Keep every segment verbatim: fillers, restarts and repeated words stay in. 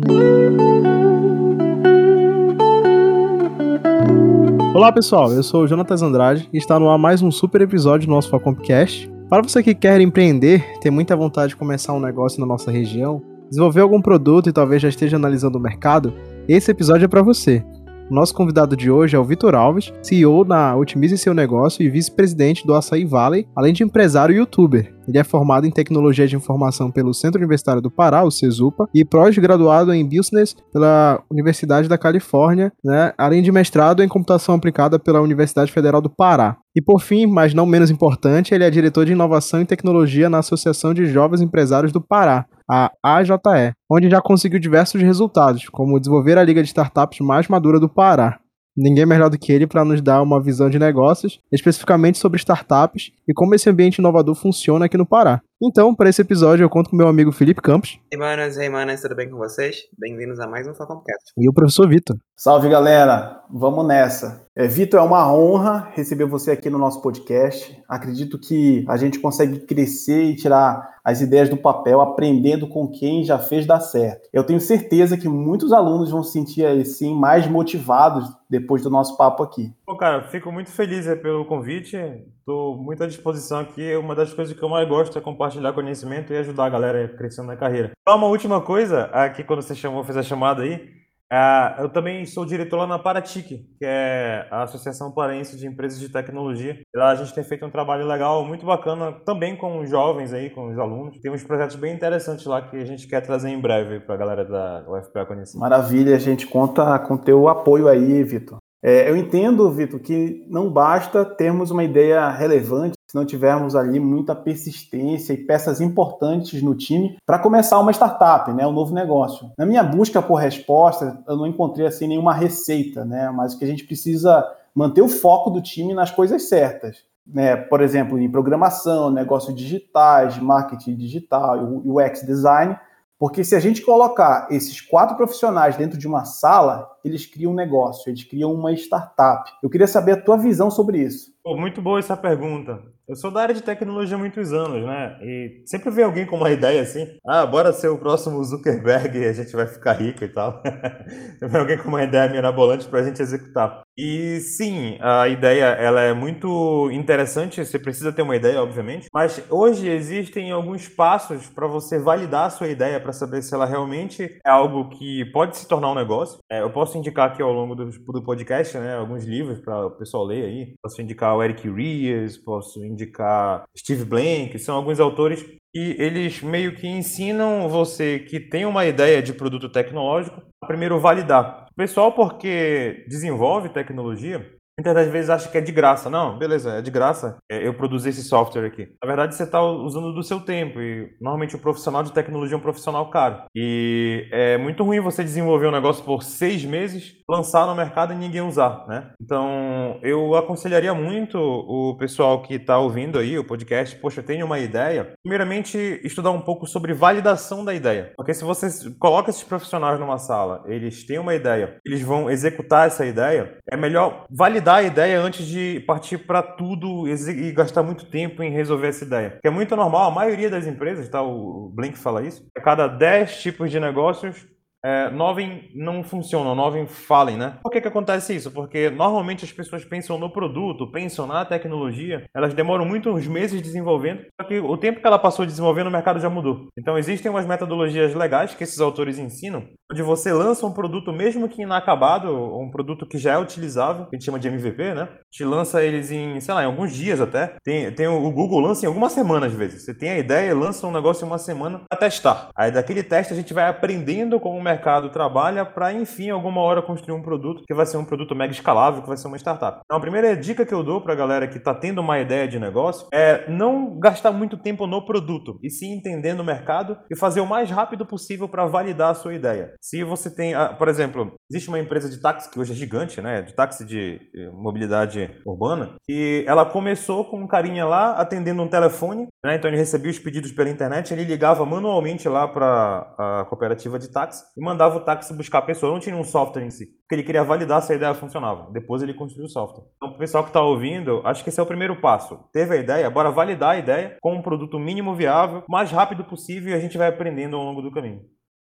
Olá pessoal, eu sou o Jonatas Andrade e está no ar mais um super episódio do nosso Facompcast. Para você que quer empreender, tem muita vontade de começar um negócio na nossa região, desenvolver algum produto e talvez já esteja analisando o mercado, esse episódio é para você. O nosso convidado de hoje é o Vitor Alves, C E O na Otimize Seu Negócio e vice-presidente do Açaí Valley, além de empresário e youtuber. Ele é formado em Tecnologia de Informação pelo Centro Universitário do Pará, o CESUPA, e pós-graduado em Business pela Universidade da Califórnia, né, além de mestrado em Computação Aplicada pela Universidade Federal do Pará. E por fim, mas não menos importante, ele é diretor de Inovação e Tecnologia na Associação de Jovens Empresários do Pará, a A J E, onde já conseguiu diversos resultados, como desenvolver a liga de startups mais madura do Pará. Ninguém melhor do que ele para nos dar uma visão de negócios, especificamente sobre startups e como esse ambiente inovador funciona aqui no Pará. Então, para esse episódio, eu conto com meu amigo Felipe Campos. Ei, manas, ei, manas, tudo bem com vocês? Bem-vindos a mais um Facompcast. E o professor Vitor. Salve, galera! Vamos nessa. É, Vitor, é uma honra receber você aqui no nosso podcast. Acredito que a gente consegue crescer e tirar as ideias do papel aprendendo com quem já fez dar certo. Eu tenho certeza que muitos alunos vão se sentir, assim, mais motivados depois do nosso papo aqui. Pô, cara, fico muito feliz é, pelo convite. Estou muito à disposição aqui. Uma das coisas que eu mais gosto é compartilhar conhecimento e ajudar a galera crescendo na carreira. Só uma última coisa, aqui quando você chamou, fez a chamada aí, uh, eu também sou diretor lá na Paratic, que é a Associação Paraense de Empresas de Tecnologia. Lá a gente tem feito um trabalho legal, muito bacana, também com os jovens aí, com os alunos. Tem uns projetos bem interessantes lá que a gente quer trazer em breve para a galera da U F P A conhecer. Maravilha, a gente conta com teu apoio aí, Vitor. É, eu entendo, Vitor, que não basta termos uma ideia relevante se não tivermos ali muita persistência e peças importantes no time para começar uma startup, né, um novo negócio. Na minha busca por resposta, eu não encontrei assim nenhuma receita, né, mas que a gente precisa manter o foco do time nas coisas certas. Né, por exemplo, em programação, negócios digitais, marketing digital, U X design. Porque se a gente colocar esses quatro profissionais dentro de uma sala, eles criam um negócio, eles criam uma startup. Eu queria saber a tua visão sobre isso. Pô, muito boa essa pergunta. Eu sou da área de tecnologia há muitos anos, né? E sempre vem alguém com uma ideia assim, ah, bora ser o próximo Zuckerberg e a gente vai ficar rico e tal. Vem alguém com uma ideia mirabolante pra gente executar. E sim, a ideia ela é muito interessante, você precisa ter uma ideia, obviamente, mas hoje existem alguns passos para você validar a sua ideia para saber se ela realmente é algo que pode se tornar um negócio. É, eu posso indicar aqui ao longo do, do podcast, né, alguns livros para o pessoal ler aí. Posso indicar o Eric Ries, posso indicar Steve Blank, são alguns autores e eles meio que ensinam você que tem uma ideia de produto tecnológico a primeiro validar. O pessoal, porque desenvolve tecnologia, muitas das vezes acha que é de graça. Não, beleza, é de graça eu produzir esse software aqui. Na verdade, você está usando do seu tempo e normalmente o profissional de tecnologia é um profissional caro. E é muito ruim você desenvolver um negócio por seis meses, lançar no mercado e ninguém usar, né? Então, eu aconselharia muito o pessoal que está ouvindo aí o podcast, poxa, eu tenho uma ideia. Primeiramente, estudar um pouco sobre validação da ideia. Porque se você coloca esses profissionais numa sala, eles têm uma ideia, eles vão executar essa ideia, é melhor validar a ideia antes de partir para tudo e gastar muito tempo em resolver essa ideia. Que é muito normal, a maioria das empresas, tá? O Blink fala isso, a cada dez tipos de negócios, É, nove não funcionam, nove falem, né? Por que que acontece isso? Porque normalmente as pessoas pensam no produto, pensam na tecnologia, elas demoram muitos meses desenvolvendo, só que o tempo que ela passou desenvolvendo, o mercado já mudou. Então existem umas metodologias legais que esses autores ensinam, onde você lança um produto mesmo que inacabado, um produto que já é utilizável, que a gente chama de M V P, né? A gente lança eles em, sei lá, em alguns dias até. Tem, tem o Google lança em algumas semanas às vezes. Você tem a ideia, lança um negócio em uma semana para testar. Aí daquele teste a gente vai aprendendo como o mercado trabalha para, enfim, alguma hora construir um produto que vai ser um produto mega escalável, que vai ser uma startup. Então, a primeira dica que eu dou para a galera que está tendo uma ideia de negócio é não gastar muito tempo no produto, e sim entendendo o mercado e fazer o mais rápido possível para validar a sua ideia. Se você tem, por exemplo, existe uma empresa de táxi que hoje é gigante, né, de táxi de mobilidade urbana, e ela começou com um carinha lá atendendo um telefone, né, então ele recebia os pedidos pela internet, ele ligava manualmente lá para a cooperativa de táxi e mandava o táxi buscar a pessoa, não tinha um software em si, porque ele queria validar se a ideia funcionava. Depois ele construiu o software. Então, o pessoal que está ouvindo, acho que esse é o primeiro passo. Teve a ideia, bora validar a ideia com um produto mínimo viável, o mais rápido possível, e a gente vai aprendendo ao longo do caminho.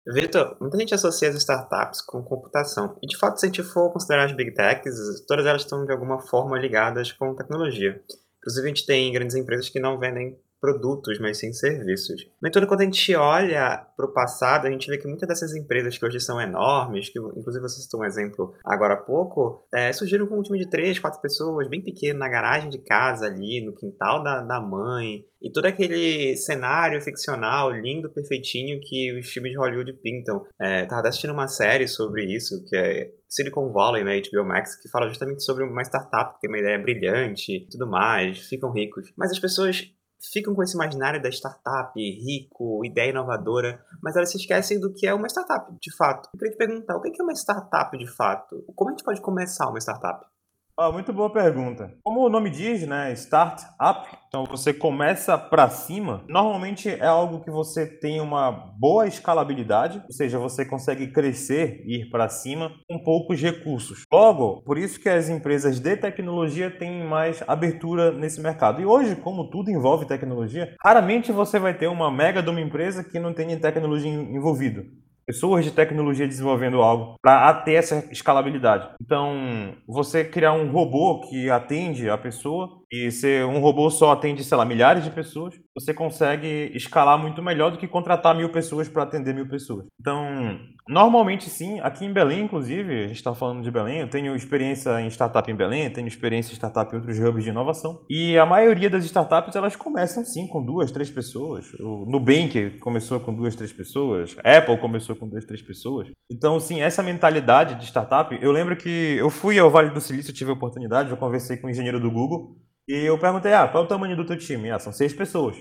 Vitor, muita gente associa as startups com computação. E, de fato, se a gente for considerar as big techs, todas elas estão, de alguma forma, ligadas com tecnologia. Inclusive, a gente tem grandes empresas que não vendem produtos, mas sim serviços. No entanto, quando a gente olha para o passado, a gente vê que muitas dessas empresas que hoje são enormes, que inclusive você citou um exemplo agora há pouco, é, surgiram com um time de três, quatro pessoas, bem pequeno, na garagem de casa ali, no quintal da, da mãe, e todo aquele cenário ficcional lindo, perfeitinho que os filmes de Hollywood pintam. É, tava assistindo uma série sobre isso, que é Silicon Valley, né, H B O Max, que fala justamente sobre uma startup que tem uma ideia brilhante e tudo mais, ficam ricos. Mas as pessoas ficam com esse imaginário da startup, rico, ideia inovadora, mas elas se esquecem do que é uma startup, de fato. Eu queria te perguntar, o que é uma startup, de fato? Como a gente pode começar uma startup? Ah, muito boa pergunta. Como o nome diz, né, startup, então você começa para cima. Normalmente é algo que você tem uma boa escalabilidade, ou seja, você consegue crescer e ir para cima com poucos recursos. Logo, por isso que as empresas de tecnologia têm mais abertura nesse mercado. E hoje, como tudo envolve tecnologia, raramente você vai ter uma mega de uma empresa que não tenha tecnologia envolvida. Pessoas de tecnologia desenvolvendo algo para ter essa escalabilidade. Então, você criar um robô que atende a pessoa e ser um robô só atende, sei lá, milhares de pessoas, você consegue escalar muito melhor do que contratar mil pessoas para atender mil pessoas. Então, normalmente sim, aqui em Belém, inclusive, a gente está falando de Belém, eu tenho experiência em startup em Belém, tenho experiência em startup em outros hubs de inovação, e a maioria das startups, elas começam sim com duas, três pessoas. O Nubank começou com duas, três pessoas, a Apple começou com duas, três pessoas. Então, sim, essa mentalidade de startup, eu lembro que eu fui ao Vale do Silício, tive a oportunidade, eu conversei com o engenheiro do Google, e eu perguntei, ah, qual é o tamanho do teu time? Ah, são seis pessoas.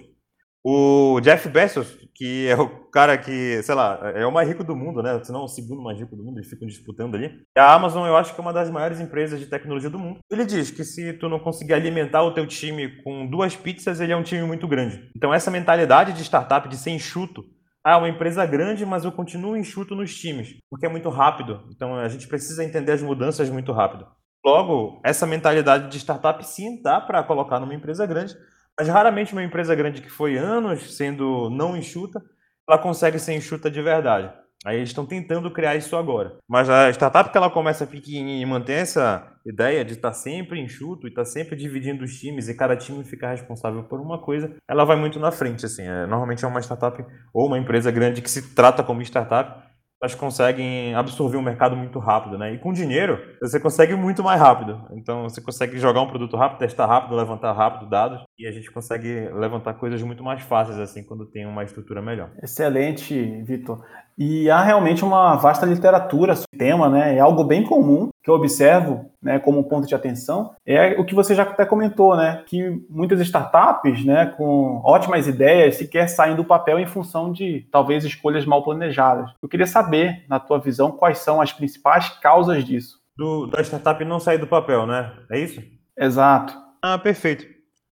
O Jeff Bezos, que é o cara que, sei lá, é o mais rico do mundo, né? Se não o segundo mais rico do mundo, eles ficam disputando ali. E a Amazon, eu acho que é uma das maiores empresas de tecnologia do mundo. Ele diz que se tu não conseguir alimentar o teu time com duas pizzas, ele é um time muito grande. Então essa mentalidade de startup, de ser enxuto, ah, uma empresa grande, mas eu continuo enxuto nos times, porque é muito rápido. Então a gente precisa entender as mudanças muito rápido. Logo, essa mentalidade de startup sim dá para colocar numa empresa grande, mas raramente uma empresa grande que foi anos sendo não enxuta, ela consegue ser enxuta de verdade. Aí eles estão tentando criar isso agora. Mas a startup que ela começa pequenininha e mantém essa ideia de estar sempre enxuto e estar sempre dividindo os times e cada time ficar responsável por uma coisa, ela vai muito na frente. Assim. É, normalmente é uma startup ou uma empresa grande que se trata como startup, elas conseguem absorver o mercado muito rápido, né? E com dinheiro, você consegue muito mais rápido. Então, você consegue jogar um produto rápido, testar rápido, levantar rápido dados, e a gente consegue levantar coisas muito mais fáceis, assim, quando tem uma estrutura melhor. Excelente, Vitor. E há realmente uma vasta literatura sobre o tema, né? É algo bem comum que eu observo, né, como ponto de atenção, é o que você já até comentou, né? Que muitas startups, né, com ótimas ideias, sequer saem do papel em função de, talvez, escolhas mal planejadas. Eu queria saber, na tua visão, quais são as principais causas disso. Do, da startup não sair do papel, né? É isso? Exato. Ah, perfeito.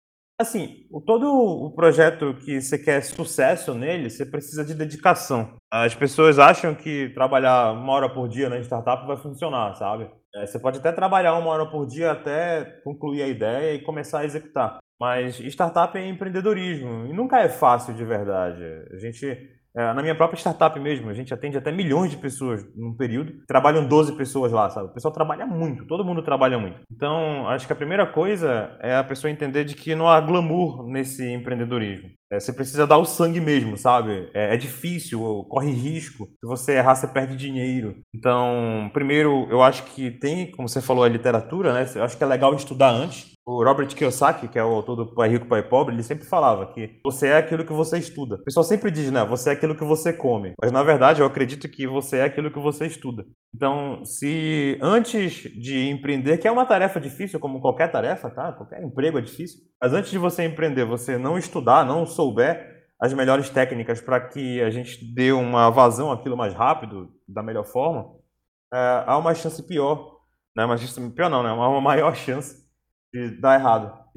Assim, o, todo o projeto que você quer sucesso nele, você precisa de dedicação. As pessoas acham que trabalhar uma hora por dia na startup vai funcionar, sabe? É, você pode até trabalhar uma hora por dia até concluir a ideia e começar a executar. Mas startup é empreendedorismo e nunca é fácil de verdade. A gente, é, na minha própria startup mesmo, a gente atende até milhões de pessoas num período. Trabalham doze pessoas lá, sabe? O pessoal trabalha muito, todo mundo trabalha muito. Então, acho que a primeira coisa é a pessoa entender de que não há glamour nesse empreendedorismo. É, você precisa dar o sangue mesmo, sabe? É, é difícil, corre risco. Se você errar, você perde dinheiro. Então, primeiro, eu acho que tem, como você falou, a literatura, né? Eu acho que é legal estudar antes. O Robert Kiyosaki, que é o autor do Pai Rico, Pai Pobre, ele sempre falava que você é aquilo que você estuda. O pessoal sempre diz, né? Você é aquilo que você come. Mas, na verdade, eu acredito que você é aquilo que você estuda. Então, se antes de empreender, que é uma tarefa difícil, como qualquer tarefa, tá? Qualquer emprego é difícil. Mas antes de você empreender, você não estudar, não souber as melhores técnicas para que a gente dê uma vazão àquilo mais rápido, da melhor forma, é, há uma chance pior. Né? Uma chance pior não, né? Há uma maior chance de dar errado.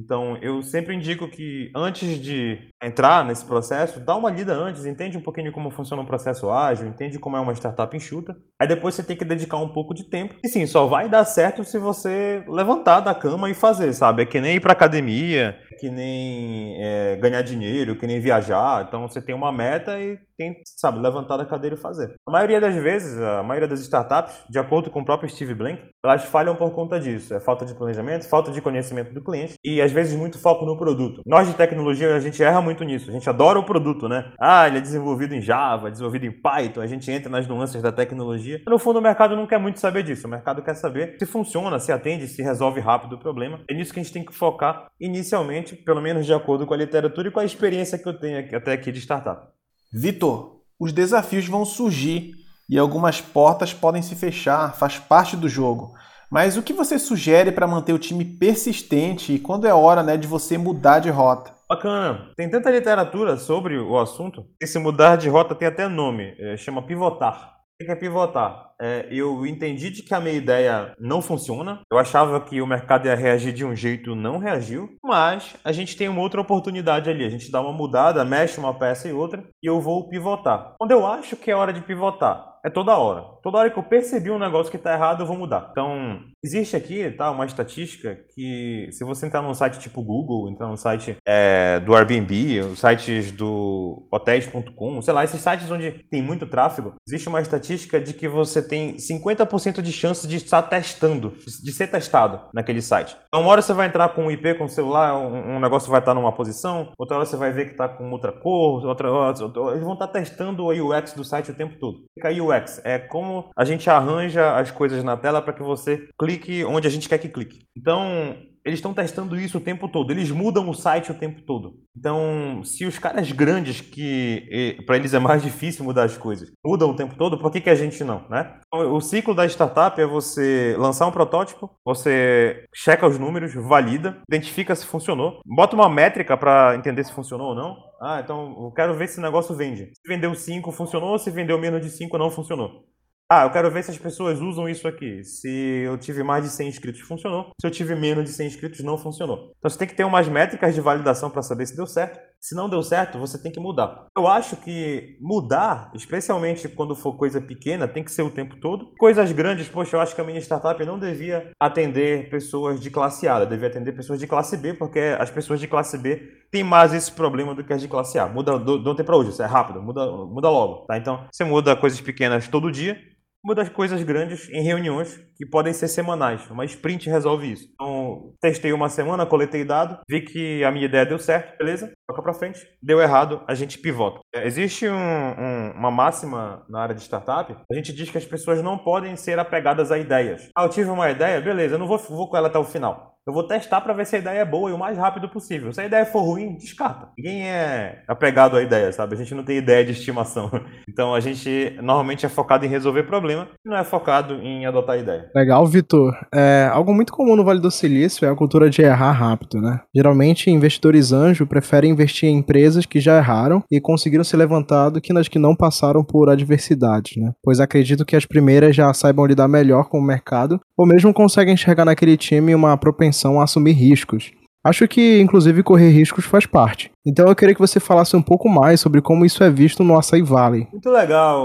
Então, eu sempre indico que antes de entrar nesse processo, dá uma lida antes, entende um pouquinho como funciona um processo ágil, entende como é uma startup enxuta. Aí depois você tem que dedicar um pouco de tempo. E sim, só vai dar certo se você levantar da cama e fazer, sabe? É que nem ir pra academia, é que nem é, ganhar dinheiro, que nem viajar. Então, você tem uma meta e tem, sabe, levantar da cadeira e fazer. A maioria das vezes, a maioria das startups, de acordo com o próprio Steve Blank, elas falham por conta disso. É falta de planejamento, falta de conhecimento do cliente e, às vezes, muito foco no produto. Nós de tecnologia, a gente erra muito nisso. A gente adora o produto, né? Ah, ele é desenvolvido em Java, é desenvolvido em Python, a gente entra nas nuances da tecnologia. No fundo, o mercado não quer muito saber disso. O mercado quer saber se funciona, se atende, se resolve rápido o problema. É nisso que a gente tem que focar inicialmente, pelo menos de acordo com a literatura e com a experiência que eu tenho aqui, até aqui de startup. Vitor, os desafios vão surgir e algumas portas podem se fechar, faz parte do jogo. Mas o que você sugere para manter o time persistente e quando é hora, né, de você mudar de rota? Bacana. Tem tanta literatura sobre o assunto. Esse mudar de rota tem até nome, é, chama pivotar. O que é pivotar? É, eu entendi de que a minha ideia não funciona. Eu achava que o mercado ia reagir de um jeito, não reagiu. Mas a gente tem uma outra oportunidade ali. A gente dá uma mudada, mexe uma peça e outra e eu vou pivotar. Quando eu acho que é hora de pivotar, é toda hora. Toda hora que eu percebi um negócio que está errado, eu vou mudar. Então, existe aqui, tá, uma estatística que se você entrar num site tipo Google, entrar num site é, do Airbnb, os sites do hotéis ponto com, sei lá, esses sites onde tem muito tráfego, existe uma estatística de que você tem cinquenta por cento de chance de estar testando, de ser testado naquele site. Então, uma hora você vai entrar com um I P, com o celular, um, um negócio vai estar numa posição, outra hora você vai ver que está com outra cor, outra hora, eles vão estar testando o U X do site o tempo todo. Fica aí o U X, é como a gente arranja as coisas na tela para que você clique onde a gente quer que clique. Então, eles estão testando isso o tempo todo, eles mudam o site o tempo todo. Então, se os caras grandes, que para eles é mais difícil mudar as coisas, mudam o tempo todo, por que, que a gente não, né? O ciclo da startup é você lançar um protótipo, você checa os números, valida, identifica se funcionou, bota uma métrica para entender se funcionou ou não. Ah, então eu quero ver se o negócio vende. Se vendeu cinco, funcionou, se vendeu menos de cinco, não funcionou. Ah, eu quero ver se as pessoas usam isso aqui. Se eu tive mais de cem inscritos, funcionou. Se eu tive menos de cem inscritos, não funcionou. Então você tem que ter umas métricas de validação para saber se deu certo. Se não deu certo, você tem que mudar. Eu acho que mudar, especialmente quando for coisa pequena, tem que ser o tempo todo. Coisas grandes, poxa, eu acho que a minha startup não devia atender pessoas de classe A, ela devia atender pessoas de classe B, porque as pessoas de classe B têm mais esse problema do que as de classe A. Muda do ontem para hoje, isso é rápido, muda, muda logo, tá? Então, você muda coisas pequenas todo dia, muda as coisas grandes em reuniões que podem ser semanais. Uma sprint resolve isso. Então, testei uma semana, coletei dado, vi que a minha ideia deu certo, beleza? Toca pra frente. Deu errado, a gente pivota. Existe um, um, uma máxima na área de startup. A gente diz que as pessoas não podem ser apegadas a ideias. Ah, eu tive uma ideia, beleza, eu não vou, vou com ela até o final. Eu vou testar para ver se a ideia é boa e o mais rápido possível. Se a ideia for ruim, descarta. Ninguém é apegado à ideia, sabe? A gente não tem ideia de estimação. Então a gente normalmente é focado em resolver problema e não é focado em adotar ideia. Legal, Vitor. É, algo muito comum no Vale do Silício é a cultura de errar rápido, né? Geralmente, investidores anjo preferem investir em empresas que já erraram e conseguiram se levantar do que nas que não passaram por adversidades, né? Pois acredito que as primeiras já saibam lidar melhor com o mercado ou mesmo conseguem enxergar naquele time uma propensão a assumir riscos. Acho que, inclusive, correr riscos faz parte. Então eu queria que você falasse um pouco mais sobre como isso é visto no Açaí Valley. Muito legal.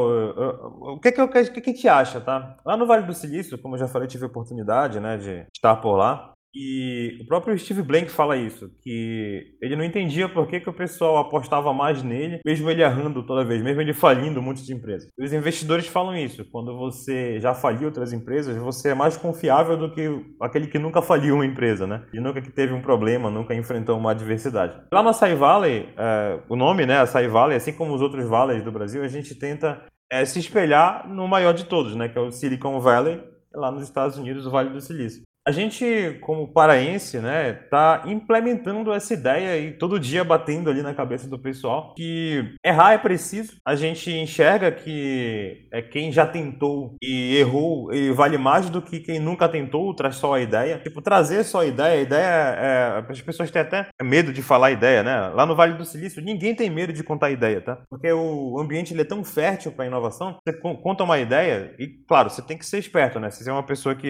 O que, que, o que, que a gente acha, tá? Lá no Vale do Silício, como eu já falei, tive a oportunidade, né, de estar por lá. E o próprio Steve Blank fala isso, que ele não entendia por que, que o pessoal apostava mais nele, mesmo ele errando toda vez, mesmo ele falindo um monte de empresas. E os investidores falam isso, quando você já faliu outras empresas, você é mais confiável do que aquele que nunca faliu uma empresa, né? E nunca que teve um problema, nunca enfrentou uma adversidade. Lá no Açaí Valley, é, o nome, né, Açaí Valley, assim como os outros vales do Brasil, a gente tenta é, se espelhar no maior de todos, né, que é o Silicon Valley, lá nos Estados Unidos, o Vale do Silício. A gente, como paraense, né, tá implementando essa ideia e todo dia batendo ali na cabeça do pessoal que errar é preciso. A gente enxerga que é quem já tentou e errou e vale mais do que quem nunca tentou, traz só a ideia. Tipo, trazer só a ideia, a ideia é... As pessoas têm até medo de falar ideia, né? Lá no Vale do Silício, ninguém tem medo de contar ideia, tá? Porque o ambiente ele é tão fértil para inovação, você conta uma ideia e, claro, você tem que ser esperto, né? Se você é uma pessoa que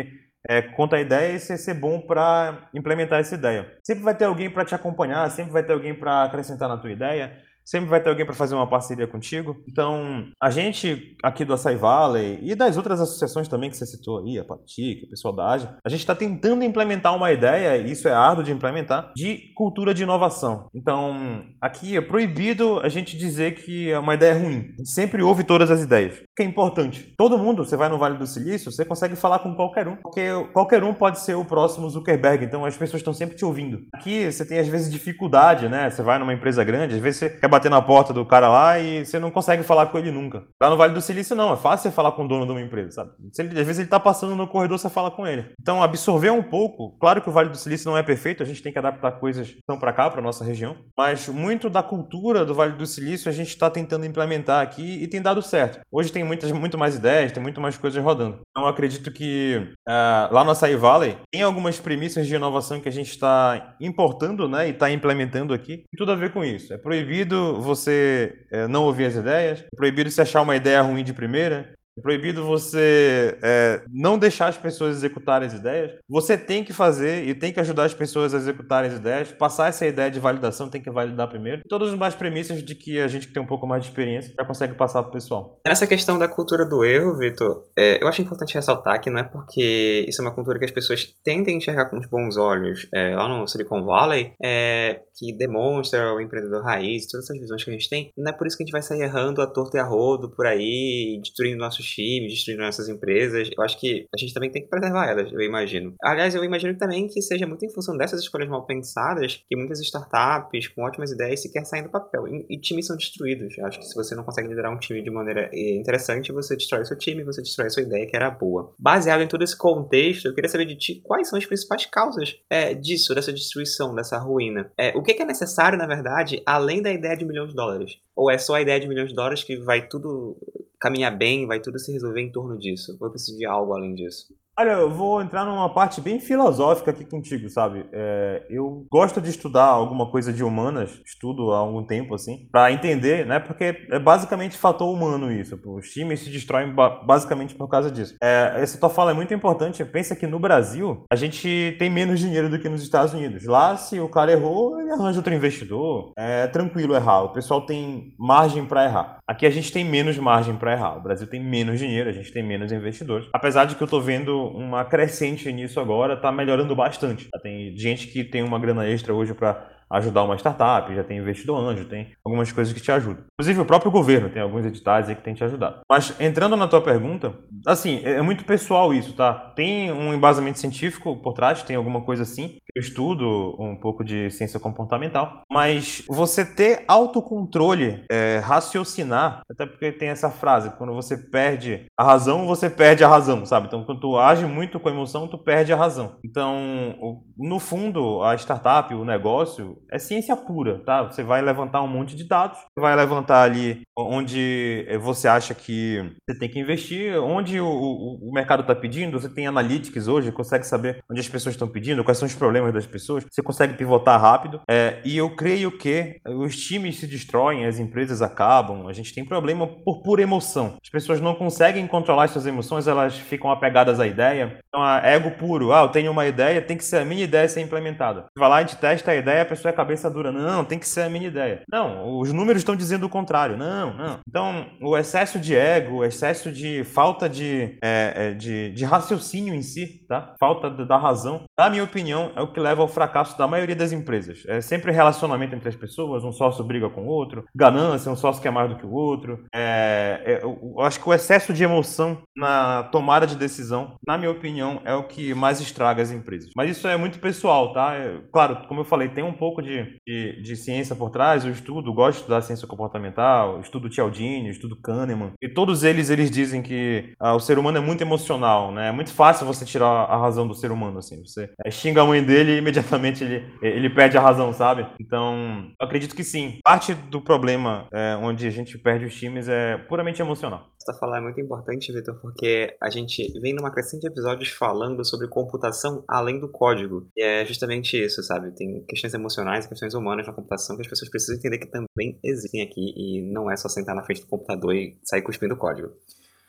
é, conta a ideia e você ser bom para implementar essa ideia. Sempre vai ter alguém para te acompanhar, sempre vai ter alguém para acrescentar na tua ideia. Sempre vai ter alguém para fazer uma parceria contigo. Então, a gente aqui do Açaí Valley e das outras associações também que você citou aí, a Patic, o pessoal da Ágia, a gente está tentando implementar uma ideia, e isso é árduo de implementar, de cultura de inovação. Então, aqui é proibido a gente dizer que é uma ideia ruim. A gente sempre ouve todas as ideias. O que é importante? Todo mundo, você vai no Vale do Silício, você consegue falar com qualquer um, porque qualquer um pode ser o próximo Zuckerberg, então as pessoas estão sempre te ouvindo. Aqui você tem às vezes dificuldade, né? Você vai numa empresa grande, às vezes você quer bater na porta do cara lá e você não consegue falar com ele nunca. Lá no Vale do Silício não, é fácil você falar com o dono de uma empresa, sabe? Se ele, às vezes ele tá passando no corredor, você fala com ele. Então absorver um pouco, claro que o Vale do Silício não é perfeito, a gente tem que adaptar coisas que estão para cá, para nossa região, mas muito da cultura do Vale do Silício a gente está tentando implementar aqui e tem dado certo. Hoje tem muitas, muito mais ideias, tem muito mais coisas rodando. Então eu acredito que uh, lá no Açaí Valley tem algumas premissas de inovação que a gente está importando, né, e está implementando aqui, tem tudo a ver com isso. É proibido você é, não ouvir as ideias, é proibido você achar uma ideia ruim de primeira, é proibido você é, não deixar as pessoas executarem as ideias. Você tem que fazer e tem que ajudar as pessoas a executarem as ideias, passar essa ideia de validação, tem que validar primeiro. Todas as mais premissas de que a gente que tem um pouco mais de experiência já consegue passar para o pessoal. Nessa questão da cultura do erro, Vitor, é, eu acho importante ressaltar que não é porque isso é uma cultura que as pessoas tendem a enxergar com os bons olhos é, lá no Silicon Valley, é, que demonstra o empreendedor raiz, todas essas visões que a gente tem, não é por isso que a gente vai sair errando à torta e a rodo por aí, destruindo nossos times, destruindo nossas empresas. Eu acho que a gente também tem que preservar elas, eu imagino. Aliás, eu imagino também que seja muito em função dessas escolhas mal pensadas que muitas startups com ótimas ideias sequer saem do papel. E, e times são destruídos. Eu acho que se você não consegue liderar um time de maneira interessante, você destrói seu time, você destrói sua ideia que era boa. Baseado em todo esse contexto, eu queria saber de ti quais são as principais causas é, disso, dessa destruição, dessa ruína. É, o que é necessário, na verdade, além da ideia de um milhão de dólares? Ou é só a ideia de um milhão de dólares que vai tudo caminhar bem, vai tudo se resolver em torno disso? Ou eu preciso de algo além disso? Olha, eu vou entrar numa parte bem filosófica aqui contigo, sabe? É, eu gosto de estudar alguma coisa de humanas, estudo há algum tempo, assim, para entender, né? Porque é basicamente fator humano isso. Os times se destroem basicamente por causa disso. É, essa tua fala é muito importante. Pensa que no Brasil, a gente tem menos dinheiro do que nos Estados Unidos. Lá, se o cara errou, ele arranja outro investidor. É tranquilo errar. O pessoal tem margem para errar. Aqui a gente tem menos margem para errar. O Brasil tem menos dinheiro, a gente tem menos investidores. Apesar de que eu tô vendo uma crescente nisso agora, tá melhorando bastante. Tem gente que tem uma grana extra hoje para ajudar uma startup, já tem investidor anjo, tem algumas coisas que te ajudam. Inclusive o próprio governo tem alguns editais aí que tem te ajudado. Mas entrando na tua pergunta, assim, é muito pessoal isso, tá? Tem um embasamento científico por trás, tem alguma coisa assim. Eu estudo um pouco de ciência comportamental, mas você ter autocontrole, é, raciocinar, até porque tem essa frase, quando você perde a razão, você perde a razão, sabe? Então, quando tu age muito com a emoção, tu perde a razão. Então, no fundo, a startup, o negócio, é ciência pura, tá? Você vai levantar um monte de dados, você vai levantar ali onde você acha que você tem que investir, onde o, o, o mercado está pedindo, você tem analytics hoje, consegue saber onde as pessoas estão pedindo, quais são os problemas das pessoas, você consegue pivotar rápido, é, e eu creio que os times se destroem, as empresas acabam, a gente tem problema por pura emoção. As pessoas não conseguem controlar suas emoções, elas ficam apegadas à ideia. Então, é ego puro, ah, eu tenho uma ideia, tem que ser a minha ideia ser implementada. Você vai lá, a gente testa a ideia, a pessoa é cabeça dura, não, tem que ser a minha ideia. Não, os números estão dizendo o contrário, não, não. Então, o excesso de ego, o excesso de falta de, é, de, de raciocínio em si, tá? Falta da razão, na minha opinião, é o que leva ao fracasso da maioria das empresas. É sempre relacionamento entre as pessoas, um sócio briga com o outro, ganância, um sócio quer mais do que o outro. É, é, eu, eu acho que o excesso de emoção na tomada de decisão, na minha opinião, é o que mais estraga as empresas. Mas isso é muito pessoal, tá? É, claro, como eu falei, tem um pouco de, de, de ciência por trás, eu estudo, gosto de estudar ciência comportamental, estudo Cialdini, estudo Kahneman, e todos eles, eles dizem que ah, o ser humano é muito emocional, né? É muito fácil você tirar a razão do ser humano, assim. Você é, xinga a mãe dele e imediatamente ele, ele perde a razão, sabe? Então, eu acredito que sim. Parte do problema é, onde a gente perde os times é puramente emocional. Você falar é muito importante, Vitor, porque a gente vem numa crescente de episódios falando sobre computação além do código. E é justamente isso, sabe? Tem questões emocionais, questões humanas na computação que as pessoas precisam entender que também existem aqui e não é só sentar na frente do computador e sair cuspindo código.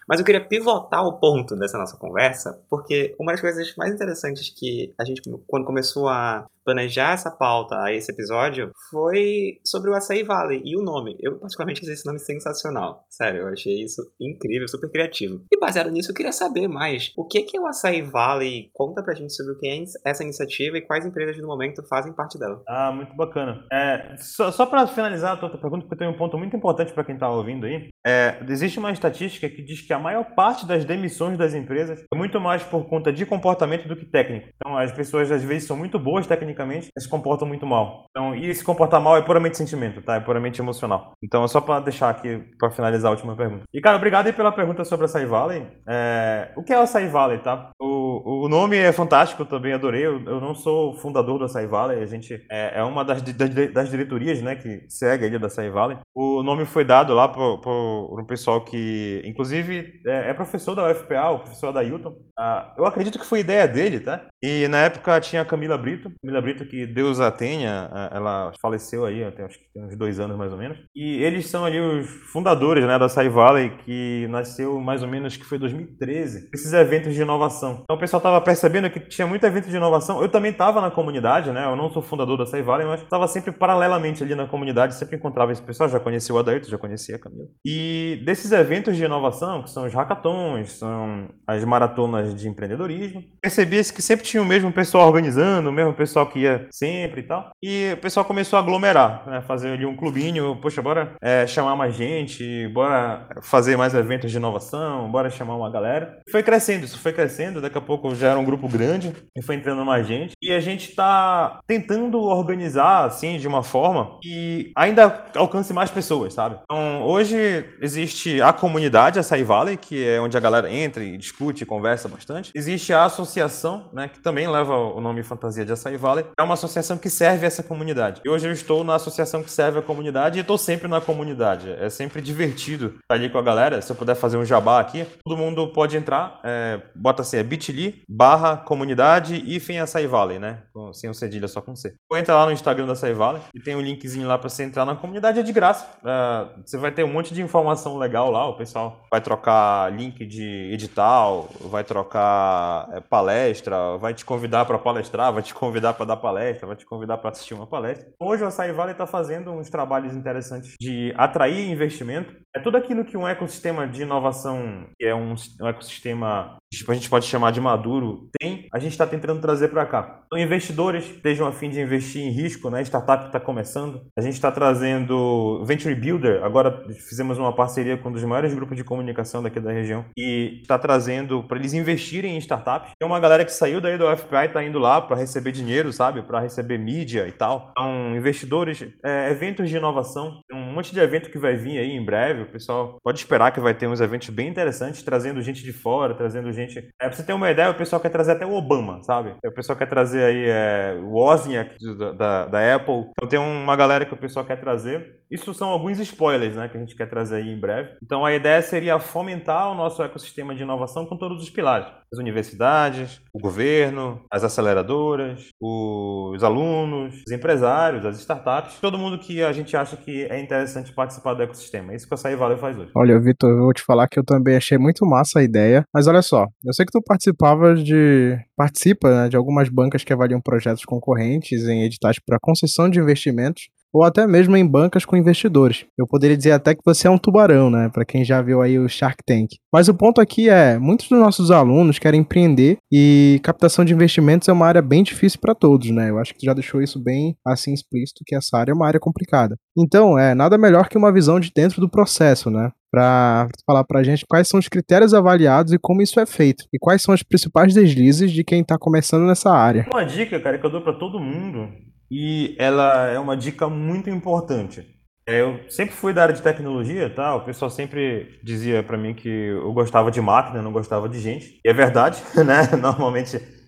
Mas eu queria pivotar o ponto dessa nossa conversa, porque uma das coisas mais interessantes que a gente, quando começou a planejar essa pauta a esse episódio, foi sobre o Açaí Valley e o nome. Eu, particularmente, achei esse nome sensacional. Sério, eu achei isso incrível, super criativo. E baseado nisso, eu queria saber mais. O que é o Açaí Valley? Conta pra gente sobre o que é essa iniciativa e quais empresas do momento fazem parte dela. Ah, muito bacana. É, só só para finalizar a tua pergunta, porque tem um ponto muito importante para quem está ouvindo aí. É, existe uma estatística que diz que a maior parte das demissões das empresas é muito mais por conta de comportamento do que técnico. Então, as pessoas às vezes são muito boas tecnicamente, mas se comportam muito mal. Então, e se comportar mal é puramente sentimento, tá? É puramente emocional. Então, é só para deixar aqui, para finalizar a última pergunta. E, cara, obrigado aí pela pergunta sobre a Açaí Valley. É, o que é o Açaí Valley, tá? O, o nome é fantástico, eu também adorei. Eu, eu não sou fundador do Açaí Valley, a gente é, é uma das, das, das diretorias, né, que segue ali da Açaí Valley. O nome foi dado lá por, por um pessoal que, inclusive, é, é professor da U F P A, o professor da Hilton. Ah, eu acredito que foi ideia dele, tá? E na época tinha a Camila Brito, Camila Brito, que Deus a tenha, ela faleceu aí, tem, acho que tem uns dois anos mais ou menos. E eles são ali os fundadores, né, da Açaí Valley, que nasceu mais ou menos que foi dois mil e treze, esses eventos de inovação. Então o pessoal estava percebendo que tinha muito evento de inovação. Eu também estava na comunidade, né? Eu não sou fundador da Açaí Valley, mas estava sempre paralelamente ali na comunidade, sempre encontrava esse pessoal, já conhecia o Adairto, já conhecia a Camila. E desses eventos de inovação, que são os hackathons, são as maratonas de empreendedorismo, percebia-se que sempre tinha o mesmo pessoal organizando, o mesmo pessoal que ia sempre e tal. E o pessoal começou a aglomerar, né? Fazer ali um clubinho, poxa, bora é, chamar mais gente, bora fazer mais eventos de inovação, bora chamar uma galera. E foi crescendo, isso foi crescendo, daqui a pouco já era um grupo grande e foi entrando mais gente. E a gente tá tentando organizar, assim, de uma forma que ainda alcance mais pessoas, sabe? Então, hoje existe a comunidade Açaí Valley, que é onde a galera entra e discute e conversa bastante. Existe a associação, né, que também leva o nome Fantasia de Açaí Valley. É uma associação que serve essa comunidade. E hoje eu estou na associação que serve a comunidade e estou sempre na comunidade. É sempre divertido estar ali com a galera. Se eu puder fazer um jabá aqui, todo mundo pode entrar, é, bota assim, é bit.ly barra comunidade hífen Açaí Valley, né? Sem o cedilha, só com C. Ou entra lá no Instagram da Açaí Valley e tem um linkzinho lá para você entrar na comunidade, é de graça. Uh, você vai ter um monte de informação legal lá, o pessoal vai trocar link de edital, vai trocar é, palestra, vai te convidar para palestrar, vai te convidar para dar palestra, vai te convidar para assistir uma palestra. Hoje o Açaí Valley está fazendo uns trabalhos interessantes de atrair investimento. É tudo aquilo que um ecossistema de inovação, que é um, um ecossistema que a gente pode chamar de maduro, tem, a gente está tentando trazer para cá. Então, investidores estejam a fim de investir em risco, né? Startup que está começando. A gente está trazendo Venture Builder, agora fizemos uma parceria com um dos maiores grupos de comunicação daqui da região e está trazendo para eles investirem em startups. Tem uma galera que saiu daí do U F P A e está indo lá para receber dinheiro, sabe? Para receber mídia e tal. Então, investidores, é, eventos de inovação, tem um monte de evento que vai vir aí em breve. O pessoal pode esperar que vai ter uns eventos bem interessantes, trazendo gente de fora, trazendo gente... É, pra você ter uma ideia, o pessoal quer trazer até o Obama, sabe? O pessoal quer trazer aí é, o Wozniak da, da, da Apple. Então tem uma galera que o pessoal quer trazer. Isso são alguns spoilers, né, que a gente quer trazer aí em breve. Então a ideia seria fomentar o nosso ecossistema de inovação com todos os pilares. As universidades, o governo, as aceleradoras, os alunos, os empresários, as startups, todo mundo que a gente acha que é interessante participar do ecossistema. É isso que a Açaí Valley faz hoje. Olha, Vitor, eu vou te falar que eu também achei muito massa a ideia, mas olha só, eu sei que tu participa de participa, né, de algumas bancas que avaliam projetos concorrentes em editais para concessão de investimentos ou até mesmo em bancas com investidores. Eu poderia dizer até que você é um tubarão, né, para quem já viu aí o Shark Tank. Mas o ponto aqui é, muitos dos nossos alunos querem empreender e captação de investimentos é uma área bem difícil para todos, né? Eu acho que tu já deixou isso bem assim explícito, que essa área é uma área complicada. Então, é nada melhor que uma visão de dentro do processo, né? Para falar pra gente quais são os critérios avaliados e como isso é feito. E quais são os principais deslizes de quem tá começando nessa área. Uma dica, cara, que eu dou para todo mundo, e ela é uma dica muito importante. Eu sempre fui da área de tecnologia, tá? O pessoal sempre dizia para mim que eu gostava de máquina, não gostava de gente. E é verdade, né? Normalmente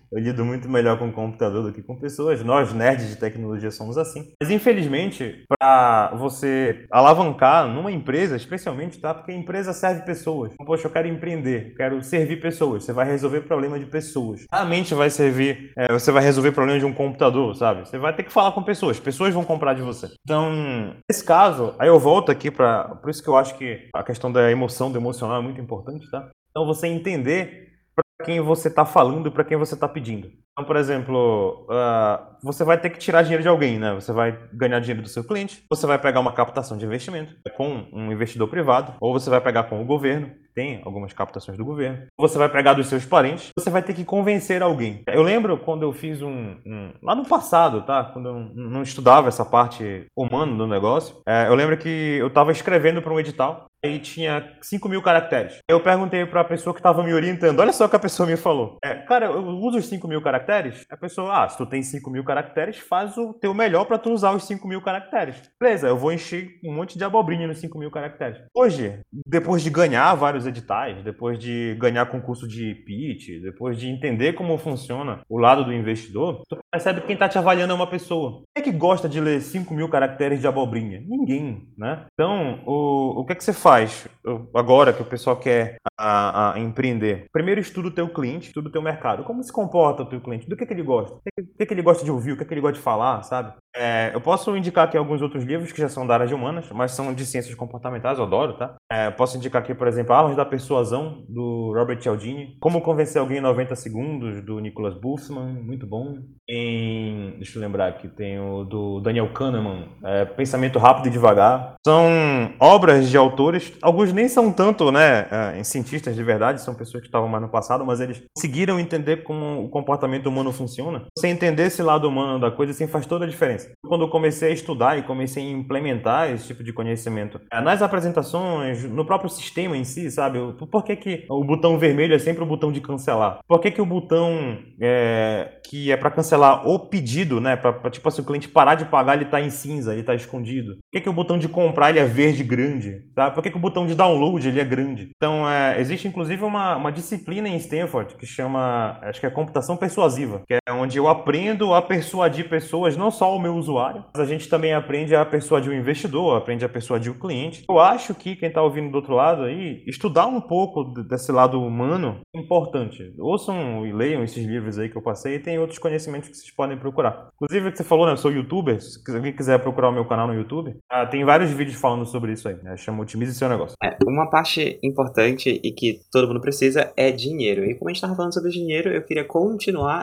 Eu lido muito melhor com computador do que com pessoas. Nós, nerds de tecnologia, somos assim. Mas, infelizmente, para você alavancar numa empresa, especialmente, tá? Porque a empresa serve pessoas. Então, poxa, eu quero empreender, quero servir pessoas. Você vai resolver problema de pessoas. A mente vai servir, é, você vai resolver problema de um computador, sabe? Você vai ter que falar com pessoas. Pessoas vão comprar de você. Então, nesse caso, aí eu volto aqui para... Por isso que eu acho que a questão da emoção, do emocional é muito importante, tá? Então, você entender para quem você está falando e para quem você está pedindo. Então, por exemplo, uh, você vai ter que tirar dinheiro de alguém, né? Você vai ganhar dinheiro do seu cliente, você vai pegar uma captação de investimento com um investidor privado, ou você vai pegar com o governo, tem algumas captações do governo, ou você vai pegar dos seus parentes, você vai ter que convencer alguém. Eu lembro quando eu fiz um... um lá no passado, tá? Quando eu não estudava essa parte humana do negócio, é, eu lembro que eu estava escrevendo para um edital, e tinha cinco mil caracteres. Eu perguntei para a pessoa que estava me orientando, olha só o que a pessoa me falou. É, cara, eu uso os cinco mil caracteres? A pessoa, ah, se tu tem cinco mil caracteres, faz o teu melhor para tu usar os cinco mil caracteres. Beleza, eu vou encher um monte de abobrinha nos cinco mil caracteres. Hoje, depois de ganhar vários editais, depois de ganhar concurso de pitch, depois de entender como funciona o lado do investidor, tu percebe que quem está te avaliando é uma pessoa. Quem é que gosta de ler cinco mil caracteres de abobrinha? Ninguém, né? Então, o, o que é que você faz? Faz agora que o pessoal quer a, a empreender? Primeiro, estuda o teu cliente, estuda o teu mercado. Como se comporta o teu cliente? Do que, que ele gosta? O que, que, que ele gosta de ouvir? O que, que ele gosta de falar, sabe? É, eu posso indicar aqui alguns outros livros que já são da área de humanas, mas são de ciências comportamentais, eu adoro, tá? É, posso indicar aqui, por exemplo, Armas da Persuasão, do Robert Cialdini. Como Convencer Alguém em noventa segundos, do Nicholas Buffman, muito bom. Em, deixa eu lembrar aqui, tem o do Daniel Kahneman, é, Pensamento Rápido e Devagar. São obras de autores. Alguns nem são tanto, né, em cientistas de verdade, são pessoas que estavam mais no passado, mas eles conseguiram entender como o comportamento humano funciona. Você entender esse lado humano da coisa, assim, faz toda a diferença. Quando eu comecei a estudar e comecei a implementar esse tipo de conhecimento nas apresentações, no próprio sistema em si, sabe? Por que que o botão vermelho é sempre o botão de cancelar? Por que que o botão é, que é para cancelar o pedido, né, para tipo assim, o cliente parar de pagar, ele tá em cinza, ele tá escondido? Por que que o botão de comprar ele é verde grande? Tá? Por que que o botão de download ele é grande? Então, é, existe inclusive uma, uma disciplina em Stanford que chama, acho que é computação persuasiva, que é onde eu aprendo a persuadir pessoas, não só o meu usuário, mas a gente também aprende a persuadir o investidor, aprende a persuadir o cliente. Eu acho que quem está ouvindo do outro lado aí, estudar um pouco desse lado humano é importante. Ouçam e leiam esses livros aí que eu passei, e tem outros conhecimentos que vocês podem procurar. Inclusive, o que você falou, né? Eu sou youtuber, se alguém quiser procurar o meu canal no YouTube, ah, tem vários vídeos falando sobre isso aí, né? Chama Otimize Seu Negócio. É, uma parte importante e que todo mundo precisa é dinheiro. E como a gente estava falando sobre dinheiro, eu queria continuar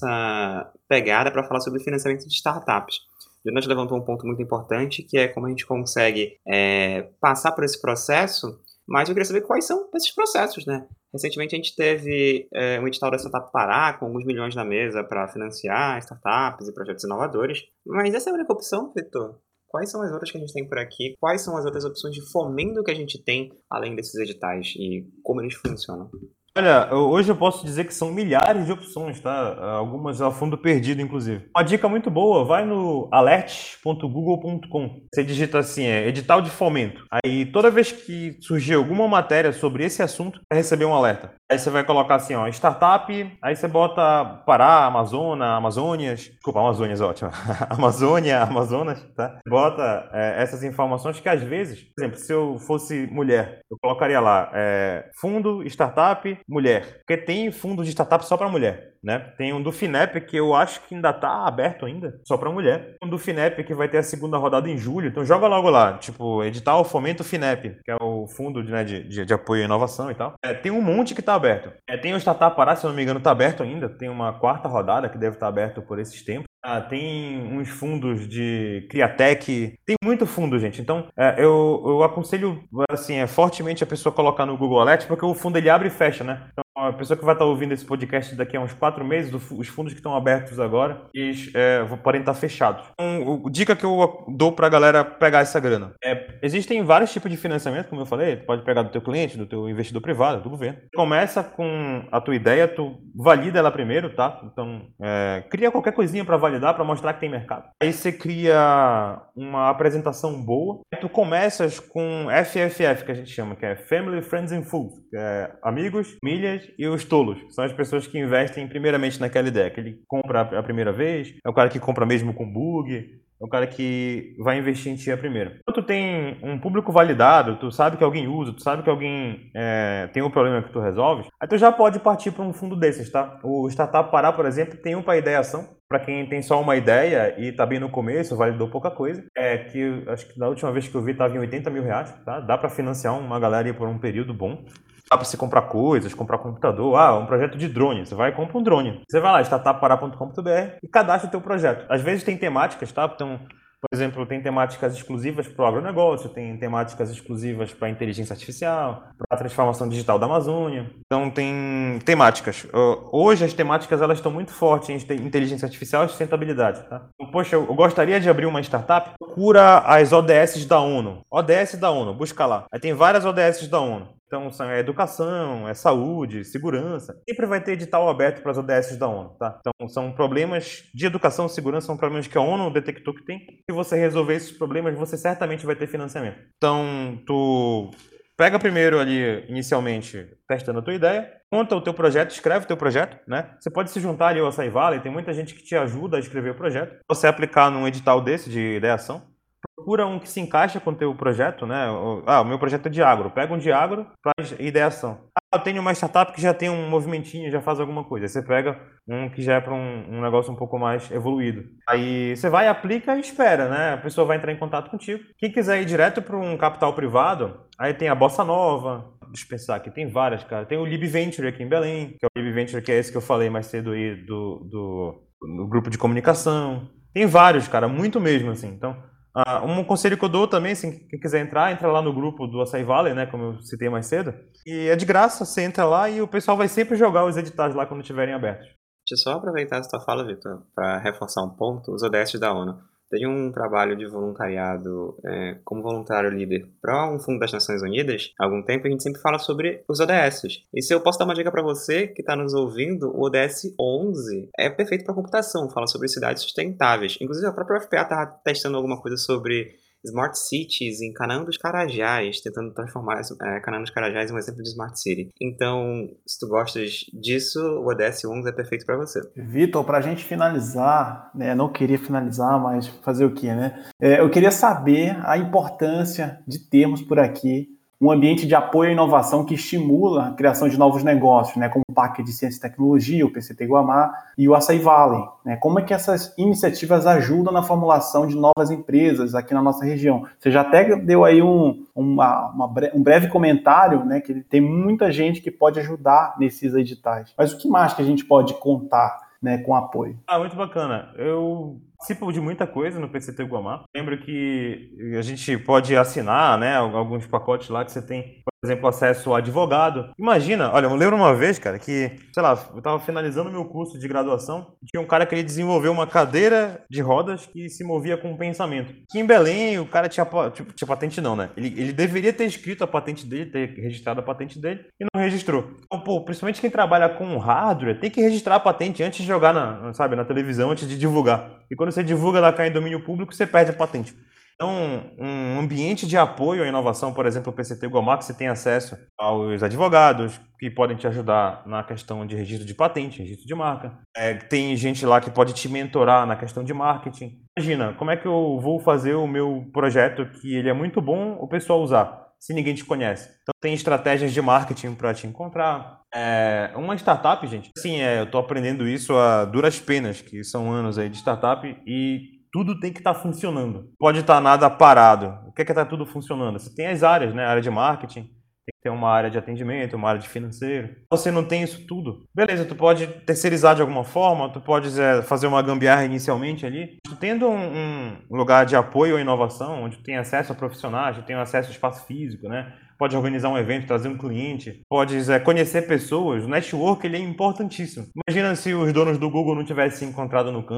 nessa pegada para falar sobre financiamento de startups. O Jonas levantou um ponto muito importante, que é como a gente consegue é, passar por esse processo, mas eu queria saber quais são esses processos, né? Recentemente a gente teve é, um edital da Startup Pará, com alguns milhões na mesa para financiar startups e projetos inovadores, mas essa é a única opção, Vitor? Quais são as outras que a gente tem por aqui? Quais são as outras opções de fomento que a gente tem, além desses editais? E como eles funcionam? Olha, hoje eu posso dizer que são milhares de opções, tá? Algumas a fundo perdido, inclusive. Uma dica muito boa, vai no alert ponto google ponto com. Você digita assim, é edital de fomento. Aí toda vez que surgir alguma matéria sobre esse assunto, vai receber um alerta. Aí você vai colocar assim, ó, startup, aí você bota Pará, Amazônia, Amazônias, desculpa, Amazônias, ótimo. Amazônia, Amazonas, tá? Bota é, essas informações que às vezes, por exemplo, se eu fosse mulher, eu colocaria lá, é, fundo, startup, mulher. Porque tem fundo de startup só para mulher, né? Tem um do Finep que eu acho que ainda tá aberto ainda, só para mulher. Um do Finep que vai ter a segunda rodada em julho, então joga logo lá, tipo, edital Fomento Finep, que é o fundo de, né, de, de, de apoio à inovação e tal. É, tem um monte que tá aberto. É, tem o Startup Pará, se eu não me engano, tá aberto ainda. Tem uma quarta rodada que deve estar aberto por esses tempos. Ah, tem uns fundos de Criatec, tem muito fundo, gente. Então, é, eu, eu aconselho, assim, é, fortemente a pessoa colocar no Google Alert, porque o fundo ele abre e fecha, né? Então, a pessoa que vai estar ouvindo esse podcast daqui a uns quatro meses, os fundos que estão abertos agora, eles é, podem estar fechados. Então, a dica que eu dou pra galera pegar essa grana é existem vários tipos de financiamento, como eu falei. Tu pode pegar do teu cliente, do teu investidor privado, do governo. Começa com a tua ideia, tu valida ela primeiro, tá? Então, é, cria qualquer coisinha para validar, para mostrar que tem mercado. Aí você cria uma apresentação boa. Aí tu começas com F F F, que a gente chama, que é Family, Friends and Fools. Que é amigos, milhas e os tolos. São as pessoas que investem primeiramente naquela ideia, que ele compra a primeira vez, é o cara que compra mesmo com bug, é o cara que vai investir em ti a primeira. Quando tu tem um público validado, tu sabe que alguém usa, tu sabe que alguém é, tem um problema que tu resolves, aí tu já pode partir para um fundo desses, tá? O Startup Pará, por exemplo, tem um para ideação. Para quem tem só uma ideia e tá bem no começo, validou pouca coisa, é que acho que da última vez que eu vi estava em oitenta mil reais, tá? Dá para financiar uma galera aí por um período bom. Dá para você comprar coisas, comprar computador. Ah, um projeto de drone. Você vai e compra um drone. Você vai lá, startup pará ponto com ponto b r e cadastra o teu projeto. Às vezes tem temáticas, tá? Então, por exemplo, tem temáticas exclusivas para o agronegócio, tem temáticas exclusivas para a inteligência artificial, para a transformação digital da Amazônia. Então, tem temáticas. Hoje, as temáticas elas estão muito fortes em inteligência artificial e sustentabilidade. Tá? Então, poxa, eu gostaria de abrir uma startup. Procura as O D S da ONU. O D S da ONU, busca lá. Aí tem várias O D S da ONU. Então, é educação, é saúde, segurança. Sempre vai ter edital aberto para as O D S da ONU, tá? Então, são problemas de educação e segurança, são problemas que a ONU detectou que tem. Se você resolver esses problemas, você certamente vai ter financiamento. Então, tu pega primeiro ali, inicialmente, testando a tua ideia, monta o teu projeto, escreve o teu projeto, né? Você pode se juntar ali ao Açaí Valley, tem muita gente que te ajuda a escrever o projeto. Você aplicar num edital desse de ideação, procura um que se encaixa com o teu projeto, né? Ah, o meu projeto é de agro. Pega um de agro para ideação. Ah, eu tenho uma startup que já tem um movimentinho, já faz alguma coisa. Aí você pega um que já é para um, um negócio um pouco mais evoluído. Aí você vai, aplica e espera, né? A pessoa vai entrar em contato contigo. Quem quiser ir direto para um capital privado, aí tem a Bossa Nova. Deixa eu pensar aqui, tem várias, cara. Tem o Lib Venture aqui em Belém, que é o Lib Venture, que é esse que eu falei mais cedo aí do, do, do grupo de comunicação. Tem vários, cara, muito mesmo, assim. Então, Uh, um conselho que eu dou também, assim, quem quiser entrar, entra lá no grupo do Açaí Valley, né, como eu citei mais cedo, e é de graça, você entra lá e o pessoal vai sempre jogar os editais lá quando estiverem abertos. Deixa eu só aproveitar essa tua fala, Vitor, para reforçar um ponto, os O D S da ONU. Tem um trabalho de voluntariado é, como voluntário líder para um fundo das Nações Unidas. Há algum tempo a gente sempre fala sobre os O D S. E se eu posso dar uma dica para você que está nos ouvindo, o O D S onze é perfeito para computação, fala sobre cidades sustentáveis. Inclusive a própria U F P A está testando alguma coisa sobre Smart Cities em Canaã dos Carajás, tentando transformar é, Canaã dos Carajás em um exemplo de Smart City. Então, se tu gostas disso, o O D S onze é perfeito para você. Vitor, para a gente finalizar, né, não queria finalizar, mas fazer o quê, né? É, eu queria saber a importância de termos por aqui um ambiente de apoio à inovação que estimula a criação de novos negócios, né, como o Parque de Ciência e Tecnologia, o P C T Guamá e o Açaí Valley. Né? Como é que essas iniciativas ajudam na formulação de novas empresas aqui na nossa região? Você já até deu aí um, uma, uma, um breve comentário, né, que tem muita gente que pode ajudar nesses editais. Mas o que mais que a gente pode contar, né, com apoio? Ah, muito bacana. Eu participo de muita coisa no P C T Guamá. Lembro que a gente pode assinar, né, alguns pacotes lá que você tem, por exemplo, acesso a advogado. Imagina, olha, eu lembro uma vez, cara, que, sei lá, eu tava finalizando meu curso de graduação, e tinha um cara que ele desenvolveu uma cadeira de rodas que se movia com o pensamento. Aqui em Belém, o cara tinha, tipo, tinha patente não, né? Ele, ele deveria ter escrito a patente dele, ter registrado a patente dele, e não registrou. Então, pô, principalmente quem trabalha com hardware, tem que registrar a patente antes de jogar na, sabe, na televisão, antes de divulgar. E quando você divulga, ela cai em domínio público, você perde a patente. Então, um ambiente de apoio à inovação, por exemplo, o P C T Guamá, que você tem acesso aos advogados que podem te ajudar na questão de registro de patente, registro de marca. É, tem gente lá que pode te mentorar na questão de marketing. Imagina, como é que eu vou fazer o meu projeto que ele é muito bom o pessoal usar, se ninguém te conhece? Então, tem estratégias de marketing para te encontrar. É, uma startup, gente, assim, é, eu estou aprendendo isso a duras penas, que são anos aí de startup, e tudo tem que estar tá funcionando. Pode estar tá nada parado. O que é que está tudo funcionando? Você tem as áreas, né? A área de marketing, tem que ter uma área de atendimento, uma área de financeiro. Você não tem isso tudo. Beleza, tu pode terceirizar de alguma forma, tu pode é, fazer uma gambiarra inicialmente ali. Tu tendo um, um lugar de apoio à inovação, onde tu tem acesso a profissionais, tu tem acesso ao espaço físico, né? Pode organizar um evento, trazer um cliente, pode é, conhecer pessoas. O network ele é importantíssimo. Imagina se os donos do Google não tivessem se encontrado no campus.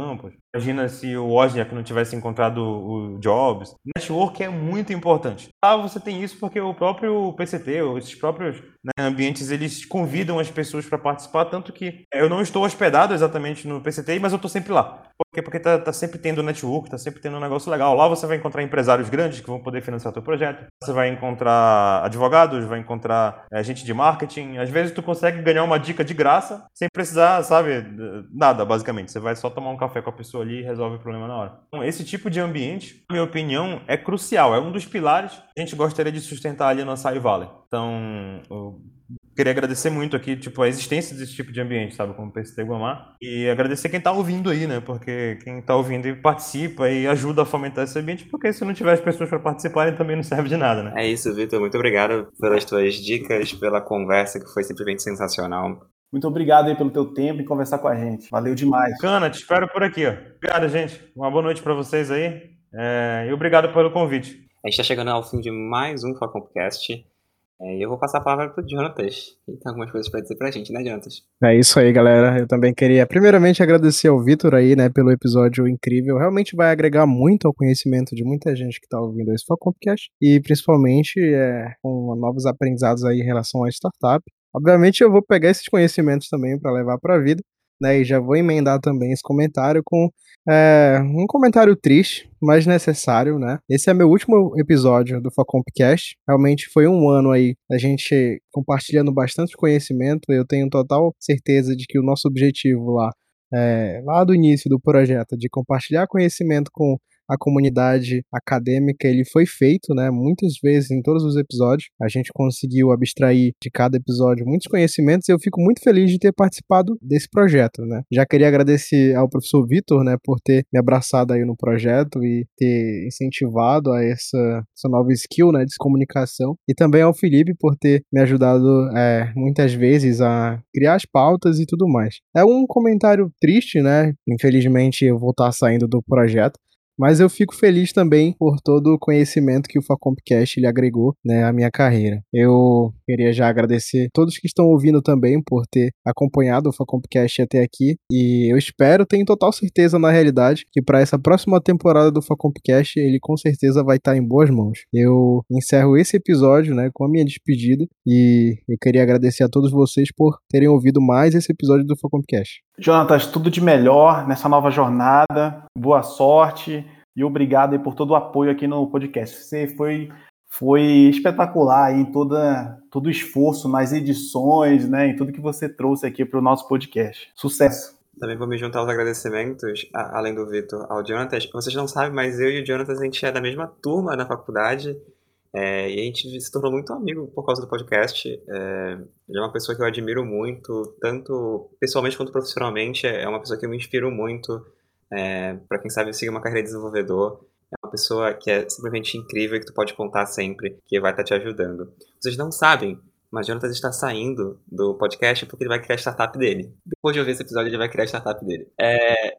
Imagina se o Wozniak não tivesse encontrado o Jobs. Network é muito importante. Ah, você tem isso porque o próprio P C T, ou esses próprios, né, ambientes, eles convidam as pessoas para participar, tanto que eu não estou hospedado exatamente no P C T, mas eu estou sempre lá. Por quê? Porque tá, tá sempre tendo network, tá sempre tendo um negócio legal. Lá você vai encontrar empresários grandes que vão poder financiar o teu projeto. Você vai encontrar advogados, vai encontrar é, gente de marketing. Às vezes tu consegue ganhar uma dica de graça, sem precisar, sabe, nada, basicamente. Você vai só tomar um café com a pessoa ali e resolve o problema na hora. Então, esse tipo de ambiente, na minha opinião, é crucial. É um dos pilares que a gente gostaria de sustentar ali no Açaí Valley. Então, eu queria agradecer muito aqui, tipo, a existência desse tipo de ambiente, sabe, como o P C T Guamá. E agradecer quem tá ouvindo aí, né? Porque quem tá ouvindo e participa e ajuda a fomentar esse ambiente, porque se não tiver as pessoas para participarem, também não serve de nada, né? É isso, Vitor. Muito obrigado pelas tuas dicas, pela conversa, que foi simplesmente sensacional. Muito obrigado aí pelo teu tempo e conversar com a gente. Valeu demais. Cana, te espero por aqui, ó. Obrigado, gente. Uma boa noite para vocês aí. É... E obrigado pelo convite. A gente está chegando ao fim de mais um Facompcast. É, e eu vou passar a palavra pro Jonatas. E tem algumas coisas para dizer pra gente, né, Jonatas? É isso aí, galera. Eu também queria, primeiramente, agradecer ao Vitor aí, né, pelo episódio incrível. Realmente vai agregar muito ao conhecimento de muita gente que tá ouvindo esse Facompcast. E, principalmente, é, com novos aprendizados aí em relação à startup. Obviamente, eu vou pegar esses conhecimentos também para levar para a vida, né? E já vou emendar também esse comentário com é, um comentário triste, mas necessário, né? Esse é meu último episódio do Facompcast. Realmente foi um ano aí a gente compartilhando bastante conhecimento. Eu tenho total certeza de que o nosso objetivo lá, é, lá do início do projeto, de compartilhar conhecimento com a comunidade acadêmica, ele foi feito, né, muitas vezes em todos os episódios. A gente conseguiu abstrair de cada episódio muitos conhecimentos e eu fico muito feliz de ter participado desse projeto, né. Já queria agradecer ao professor Vitor, né, por ter me abraçado aí no projeto e ter incentivado a essa, essa nova skill, né, de comunicação, e também ao Felipe por ter me ajudado é, muitas vezes a criar as pautas e tudo mais. É um comentário triste, né, infelizmente eu vou estar saindo do projeto, mas eu fico feliz também por todo o conhecimento que o Facompcast ele agregou, né, à minha carreira. Eu queria já agradecer a todos que estão ouvindo também por ter acompanhado o Facompcast até aqui, e eu espero, tenho total certeza na realidade, que para essa próxima temporada do Facompcast ele com certeza vai estar em boas mãos. Eu encerro esse episódio, né, com a minha despedida, e eu queria agradecer a todos vocês por terem ouvido mais esse episódio do Facompcast. Jonatas, tudo de melhor nessa nova jornada, boa sorte e obrigado aí por todo o apoio aqui no podcast. Você foi, foi espetacular aí em toda, todo o esforço nas edições, né, em tudo que você trouxe aqui para o nosso podcast. Sucesso! Também vou me juntar aos agradecimentos, a, além do Vitor, ao Jonatas. Vocês não sabem, mas eu e o Jonatas, a gente é da mesma turma na faculdade. É, e a gente se tornou muito amigo por causa do podcast. É, ele é uma pessoa que eu admiro muito, tanto pessoalmente quanto profissionalmente. É uma pessoa que eu me inspiro muito. É, para quem sabe seguir uma carreira de desenvolvedor. É uma pessoa que é simplesmente incrível e que tu pode contar sempre, que vai estar te ajudando. Vocês não sabem, mas Jonatas está saindo do podcast porque ele vai criar a startup dele. Depois de ouvir esse episódio, ele vai criar a startup dele. É,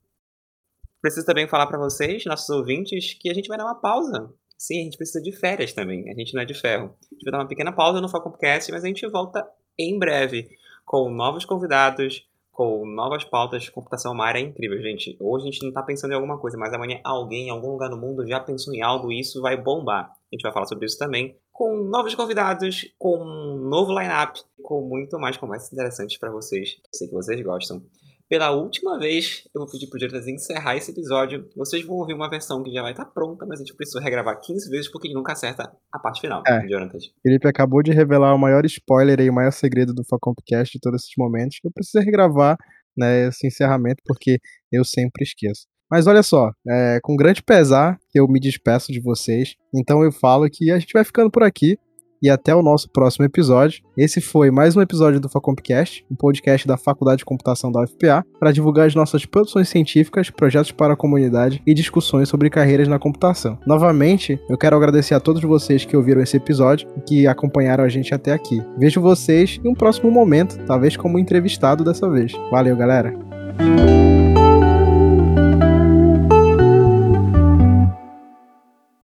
preciso também falar para vocês, nossos ouvintes, que a gente vai dar uma pausa. Sim, a gente precisa de férias também. A gente não é de ferro. A gente vai dar uma pequena pausa no Facompcast, mas a gente volta em breve com novos convidados, com novas pautas de computação. Uma área incrível, gente. Hoje a gente não está pensando em alguma coisa, mas amanhã alguém em algum lugar no mundo já pensou em algo e isso vai bombar. A gente vai falar sobre isso também, com novos convidados, com um novo line-up, com muito mais conversas interessantes para vocês. Eu sei que vocês gostam. Pela última vez, eu vou pedir pro Jonatas encerrar esse episódio. Vocês vão ouvir uma versão que já vai estar pronta, mas a gente precisou regravar quinze vezes porque ele nunca acerta a parte final, é. Jonatas. Felipe acabou de revelar o maior spoiler e o maior segredo do Facompcast de todos esses momentos. Eu preciso regravar, né, esse encerramento porque eu sempre esqueço. Mas olha só, é com grande pesar que eu me despeço de vocês. Então eu falo que a gente vai ficando por aqui. E até o nosso próximo episódio. Esse foi mais um episódio do Facompcast, um podcast da Faculdade de Computação da U F P A, para divulgar as nossas produções científicas, projetos para a comunidade e discussões sobre carreiras na computação. Novamente, eu quero agradecer a todos vocês que ouviram esse episódio e que acompanharam a gente até aqui. Vejo vocês em um próximo momento, talvez como entrevistado dessa vez. Valeu, galera!